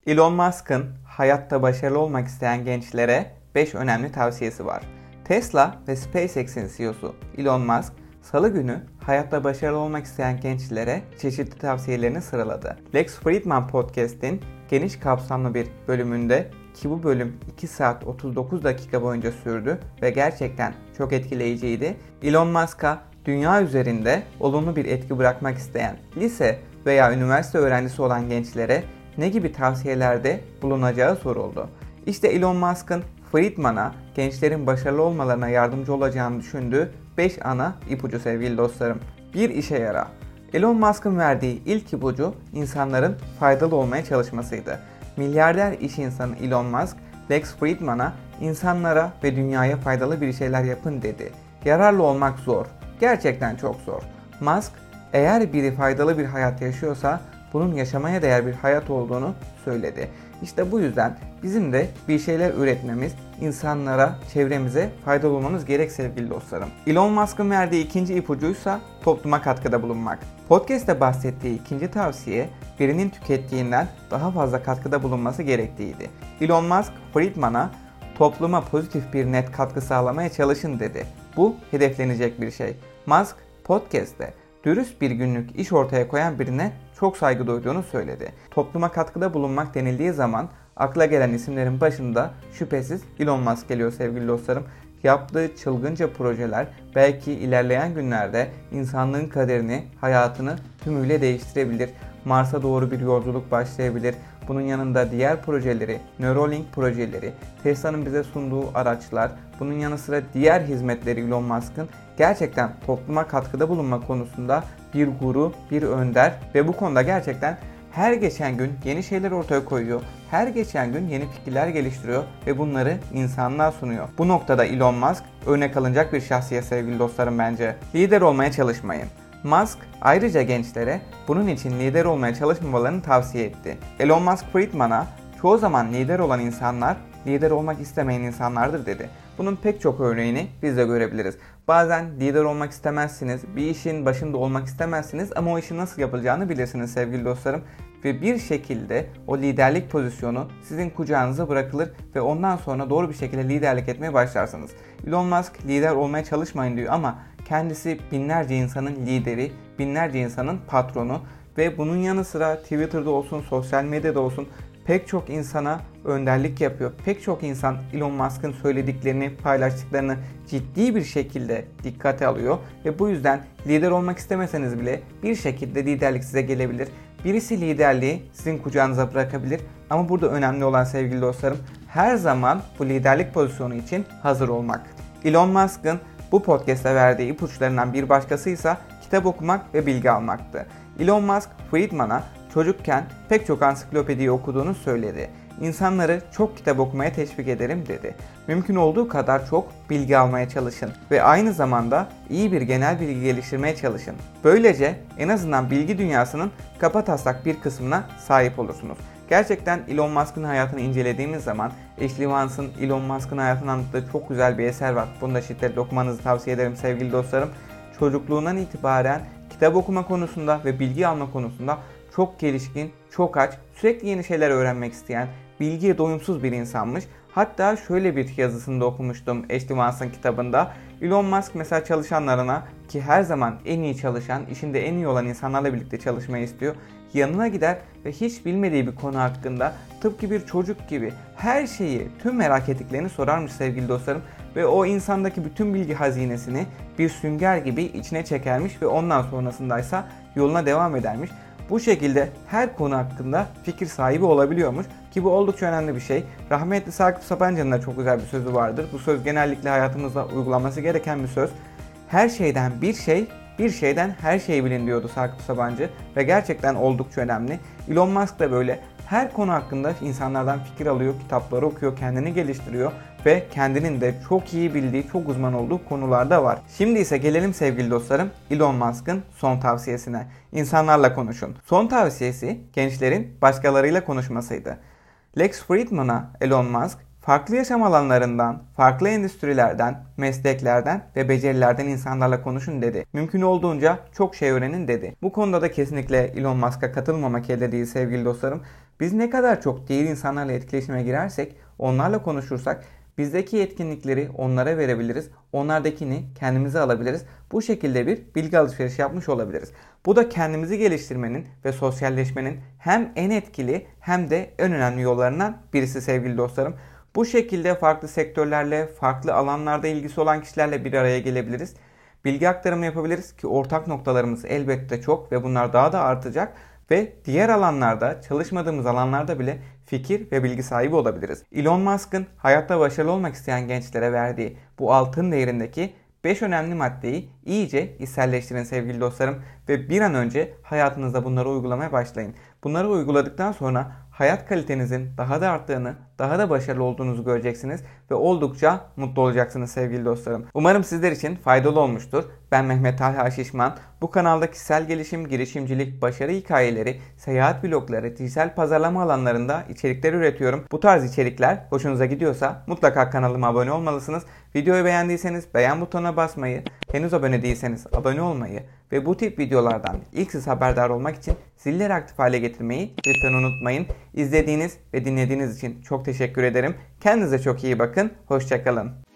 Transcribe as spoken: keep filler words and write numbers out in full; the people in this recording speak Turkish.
Elon Musk'ın hayatta başarılı olmak isteyen gençlere beş önemli tavsiyesi var. Tesla ve SpaceX'in C E O'su Elon Musk, Salı günü hayatta başarılı olmak isteyen gençlere çeşitli tavsiyelerini sıraladı. Lex Fridman Podcast'in geniş kapsamlı bir bölümünde, ki bu bölüm iki saat otuz dokuz dakika boyunca sürdü ve gerçekten çok etkileyiciydi, Elon Musk'a dünya üzerinde olumlu bir etki bırakmak isteyen lise veya üniversite öğrencisi olan gençlere ne gibi tavsiyelerde bulunacağı soruldu. İşte Elon Musk'ın Fridman'a gençlerin başarılı olmalarına yardımcı olacağını düşündüğü beş ana ipucu sevgili dostlarım. Bir işe yara. Elon Musk'ın verdiği ilk ipucu insanların faydalı olmaya çalışmasıydı. Milyarder iş insanı Elon Musk, Lex Fridman'a insanlara ve dünyaya faydalı bir şeyler yapın dedi. Yararlı olmak zor. Gerçekten çok zor. Musk, eğer biri faydalı bir hayat yaşıyorsa bunun yaşamaya değer bir hayat olduğunu söyledi. İşte bu yüzden bizim de bir şeyler üretmemiz, insanlara, çevremize faydalı olmamız gerek sevgili dostlarım. Elon Musk'ın verdiği ikinci ipucuysa topluma katkıda bulunmak. Podcast'te bahsettiği ikinci tavsiye, birinin tükettiğinden daha fazla katkıda bulunması gerektiğiydi. Elon Musk, Fridman'a topluma pozitif bir net katkı sağlamaya çalışın dedi. Bu hedeflenecek bir şey. Musk, podcast'te dürüst bir günlük iş ortaya koyan birine çok saygı duyduğunu söyledi. Topluma katkıda bulunmak denildiği zaman akla gelen isimlerin başında şüphesiz Elon Musk geliyor sevgili dostlarım. Yaptığı çılgınca projeler belki ilerleyen günlerde insanlığın kaderini, hayatını tümüyle değiştirebilir. Mars'a doğru bir yolculuk başlayabilir. Bunun yanında diğer projeleri, Neuralink projeleri, Tesla'nın bize sunduğu araçlar, bunun yanı sıra diğer hizmetleri Elon Musk'ın gerçekten topluma katkıda bulunma konusunda bir guru, bir önder ve bu konuda gerçekten her geçen gün yeni şeyler ortaya koyuyor. Her geçen gün yeni fikirler geliştiriyor ve bunları insanlığa sunuyor. Bu noktada Elon Musk örnek alınacak bir şahsiyet sevgili dostlarım bence. Lider olmaya çalışmayın. Musk ayrıca gençlere bunun için lider olmaya çalışmamalarını tavsiye etti. Elon Musk Fridman'a çoğu zaman lider olan insanlar lider olmak istemeyen insanlardır dedi. Bunun pek çok örneğini biz de görebiliriz. Bazen lider olmak istemezsiniz, bir işin başında olmak istemezsiniz ama o işin nasıl yapılacağını bilirsiniz sevgili dostlarım. Ve bir şekilde o liderlik pozisyonu sizin kucağınıza bırakılır ve ondan sonra doğru bir şekilde liderlik etmeye başlarsınız. Elon Musk lider olmaya çalışmayın diyor ama kendisi binlerce insanın lideri, binlerce insanın patronu ve bunun yanı sıra Twitter'da olsun, sosyal medyada olsun pek çok insana önderlik yapıyor. Pek çok insan Elon Musk'ın söylediklerini, paylaştıklarını ciddi bir şekilde dikkate alıyor ve bu yüzden lider olmak istemeseniz bile bir şekilde liderlik size gelebilir. Birisi liderliği sizin kucağınıza bırakabilir ama burada önemli olan sevgili dostlarım her zaman bu liderlik pozisyonu için hazır olmak. Elon Musk'ın bu podcast'te verdiği ipuçlarından bir başkası ise kitap okumak ve bilgi almaktı. Elon Musk, Fridman'a çocukken pek çok ansiklopediyi okuduğunu söyledi. İnsanları çok kitap okumaya teşvik ederim dedi. Mümkün olduğu kadar çok bilgi almaya çalışın ve aynı zamanda iyi bir genel bilgi geliştirmeye çalışın. Böylece en azından bilgi dünyasının kapataslak bir kısmına sahip olursunuz. Gerçekten Elon Musk'ın hayatını incelediğimiz zaman Ashley Vance'ın Elon Musk'ın hayatını anlattığı çok güzel bir eser var. Bunu da şiddetle okumanızı tavsiye ederim sevgili dostlarım. Çocukluğundan itibaren kitap okuma konusunda ve bilgi alma konusunda çok gelişkin, çok aç, sürekli yeni şeyler öğrenmek isteyen, bilgiye doyumsuz bir insanmış. Hatta şöyle bir yazısında okumuştum Ashley Vance'ın kitabında. Elon Musk mesela çalışanlarına, ki her zaman en iyi çalışan, işinde en iyi olan insanlarla birlikte çalışmayı istiyor, yanına gider ve hiç bilmediği bir konu hakkında tıpkı bir çocuk gibi her şeyi, tüm merak ettiklerini sorarmış sevgili dostlarım. Ve o insandaki bütün bilgi hazinesini bir sünger gibi içine çekermiş ve ondan sonrasındaysa yoluna devam edermiş. Bu şekilde her konu hakkında fikir sahibi olabiliyormuş ki bu oldukça önemli bir şey. Rahmetli Sakıp Sabancı'nın da çok güzel bir sözü vardır. Bu söz genellikle hayatımızda uygulanması gereken bir söz. Her şeyden bir şey, bir şeyden her şeyi bilin diyordu Sakıp Sabancı ve gerçekten oldukça önemli. Elon Musk da böyle her konu hakkında insanlardan fikir alıyor, kitapları okuyor, kendini geliştiriyor ve kendinin de çok iyi bildiği, çok uzman olduğu konularda var. Şimdi ise gelelim sevgili dostlarım Elon Musk'ın son tavsiyesine. İnsanlarla konuşun. Son tavsiyesi gençlerin başkalarıyla konuşmasıydı. Lex Fridman'a Elon Musk farklı yaşam alanlarından, farklı endüstrilerden, mesleklerden ve becerilerden insanlarla konuşun dedi. Mümkün olduğunca çok şey öğrenin dedi. Bu konuda da kesinlikle Elon Musk'a katılmamak elde değil sevgili dostlarım. Biz ne kadar çok diğer insanlarla etkileşime girersek, onlarla konuşursak bizdeki yetkinlikleri onlara verebiliriz. Onlardakini kendimize alabiliriz. Bu şekilde bir bilgi alışverişi yapmış olabiliriz. Bu da kendimizi geliştirmenin ve sosyalleşmenin hem en etkili hem de en önemli yollarından birisi sevgili dostlarım. Bu şekilde farklı sektörlerle, farklı alanlarda ilgisi olan kişilerle bir araya gelebiliriz. Bilgi aktarımı yapabiliriz ki ortak noktalarımız elbette çok ve bunlar daha da artacak. Ve diğer alanlarda, çalışmadığımız alanlarda bile fikir ve bilgi sahibi olabiliriz. Elon Musk'ın hayatta başarılı olmak isteyen gençlere verdiği bu altın değerindeki beş önemli maddeyi iyice içselleştirin sevgili dostlarım ve bir an önce hayatınızda bunları uygulamaya başlayın. Bunları uyguladıktan sonra hayat kalitenizin daha da arttığını, daha da başarılı olduğunuzu göreceksiniz ve oldukça mutlu olacaksınız sevgili dostlarım. Umarım sizler için faydalı olmuştur. Ben Mehmet Talha Şişman. Bu kanalda kişisel gelişim, girişimcilik, başarı hikayeleri, seyahat vlogları, dijital pazarlama alanlarında içerikler üretiyorum. Bu tarz içerikler hoşunuza gidiyorsa mutlaka kanalıma abone olmalısınız. Videoyu beğendiyseniz beğen butonuna basmayı, henüz abone değilseniz abone olmayı ve bu tip videolardan ilk siz haberdar olmak için zilleri aktif hale getirmeyi lütfen unutmayın. İzlediğiniz ve dinlediğiniz için çok teşekkür ederim. Kendinize çok iyi bakın. Hoşça kalın.